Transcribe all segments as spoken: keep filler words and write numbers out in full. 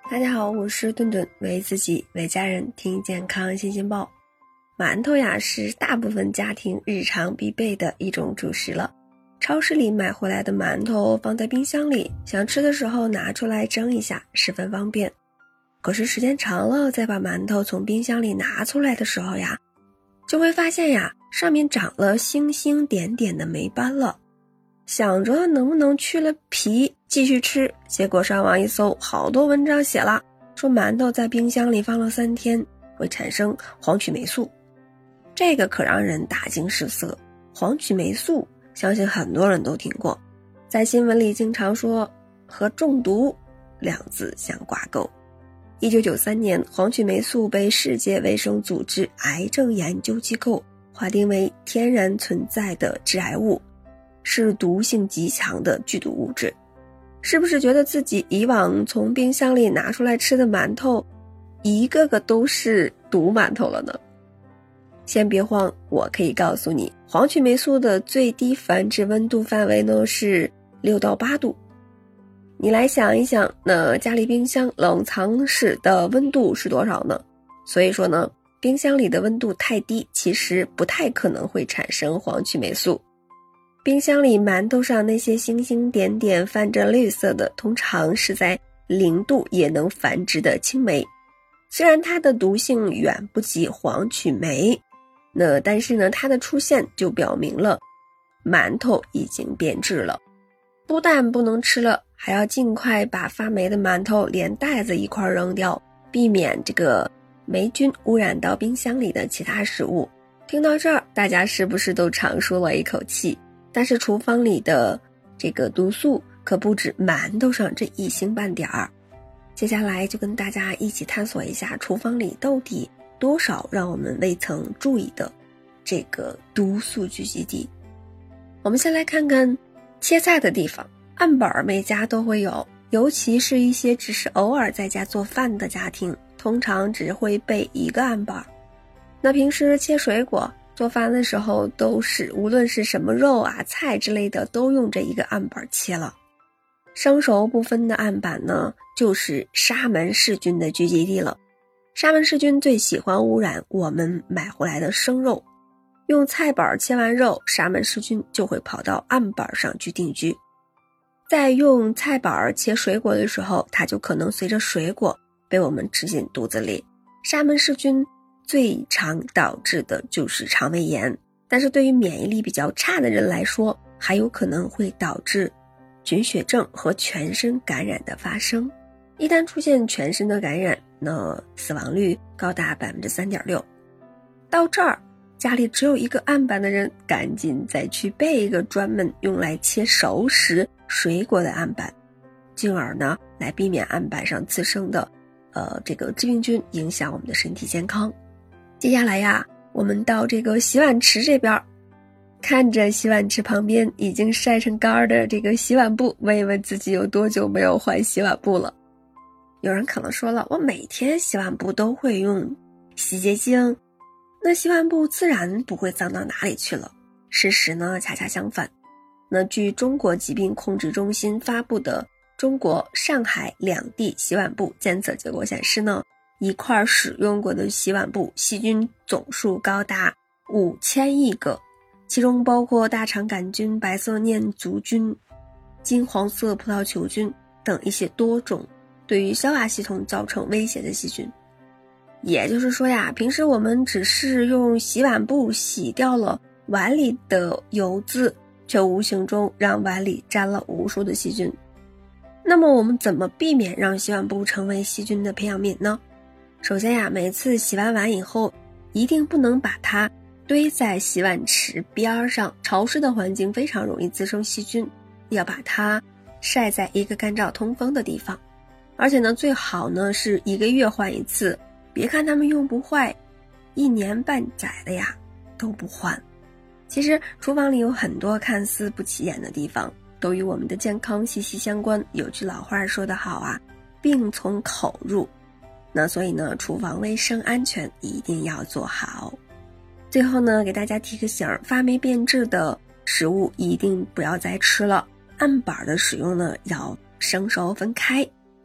大家好，我是顿顿，为自己为家人听健康新鲜报。馒头呀是大部分家庭日常必备的一种主食了。超市里买回来的馒头放在冰箱里，想吃的时候拿出来蒸一下，十分方便。可是时间长了，再把馒头从冰箱里拿出来的时候呀，就会发现呀，上面长了星星点点的霉斑了。想着能不能去了皮继续吃，结果上网一搜，好多文章写了，说馒头在冰箱里放了三天会产生黄曲霉素。这个可让人大惊失色。黄曲霉素相信很多人都听过，在新闻里经常说和中毒两字相挂钩。一九九三年，黄曲霉素被世界卫生组织癌症研究机构划定为天然存在的致癌物，是毒性极强的剧毒物质。是不是觉得自己以往从冰箱里拿出来吃的馒头一个个都是毒馒头了呢？先别慌，我可以告诉你，黄曲霉素的最低繁殖温度范围呢是六到八度。你来想一想，那家里冰箱冷藏室的温度是多少呢？所以说呢，冰箱里的温度太低，其实不太可能会产生黄曲霉素。冰箱里馒头上那些星星点点泛着绿色的，通常是在零度也能繁殖的青霉。虽然它的毒性远不及黄曲霉，那但是呢，它的出现就表明了馒头已经变质了。不但不能吃了，还要尽快把发霉的馒头连袋子一块扔掉，避免这个霉菌污染到冰箱里的其他食物。听到这儿，大家是不是都长舒了一口气？但是厨房里的这个毒素可不止馒头上这一星半点儿。接下来就跟大家一起探索一下厨房里到底多少让我们未曾注意的这个毒素聚集地。我们先来看看切菜的地方，案板每家都会有，尤其是一些只是偶尔在家做饭的家庭，通常只会备一个案板。那平时切水果做饭的时候，都是无论是什么肉啊菜之类的，都用这一个案板切了。生熟不分的案板呢，就是沙门氏菌的聚集地了。沙门氏菌最喜欢污染我们买回来的生肉，用菜板切完肉，沙门氏菌就会跑到案板上去定居。在用菜板切水果的时候，它就可能随着水果被我们吃进肚子里。沙门氏菌最常导致的就是肠胃炎，但是对于免疫力比较差的人来说，还有可能会导致菌血症和全身感染的发生。一旦出现全身的感染，那死亡率高达 百分之三点六。 到这儿，家里只有一个案板的人，赶紧再去备一个专门用来切熟食水果的案板，进而呢来避免案板上滋生的呃这个致病菌影响我们的身体健康。接下来呀，我们到这个洗碗池这边，看着洗碗池旁边已经晒成干的这个洗碗布，问一问自己有多久没有换洗碗布了。有人可能说了，我每天洗碗布都会用洗洁精，那洗碗布自然不会脏到哪里去了。事实呢恰恰相反。那据中国疾病控制中心发布的中国上海两地洗碗布监测结果显示呢，一块使用过的洗碗布细菌总数高达五千亿个，其中包括大肠杆菌、白色念足菌、金黄色葡萄球菌等一些多种对于消化系统造成威胁的细菌。也就是说呀，平时我们只是用洗碗布洗掉了碗里的油渍，却无形中让碗里沾了无数的细菌。那么我们怎么避免让洗碗布成为细菌的培养皿呢？首先呀，每次洗完碗以后，一定不能把它堆在洗碗池边上，潮湿的环境非常容易滋生细菌，要把它晒在一个干燥通风的地方。而且呢，最好呢是一个月换一次，别看它们用不坏，一年半载的呀都不换。其实厨房里有很多看似不起眼的地方，都与我们的健康息息相关。有句老话说得好啊，病从口入。那所以呢，厨房卫生安全一定要做好。最后呢，给大家提个醒，发霉变质的食物一定不要再吃了。案板的使用呢，要生熟分开。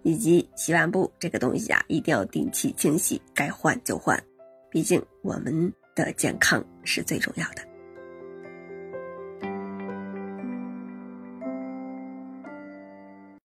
以及洗碗布这个东西啊，一定要定期清洗，该换就换，毕竟我们的健康是最重要的。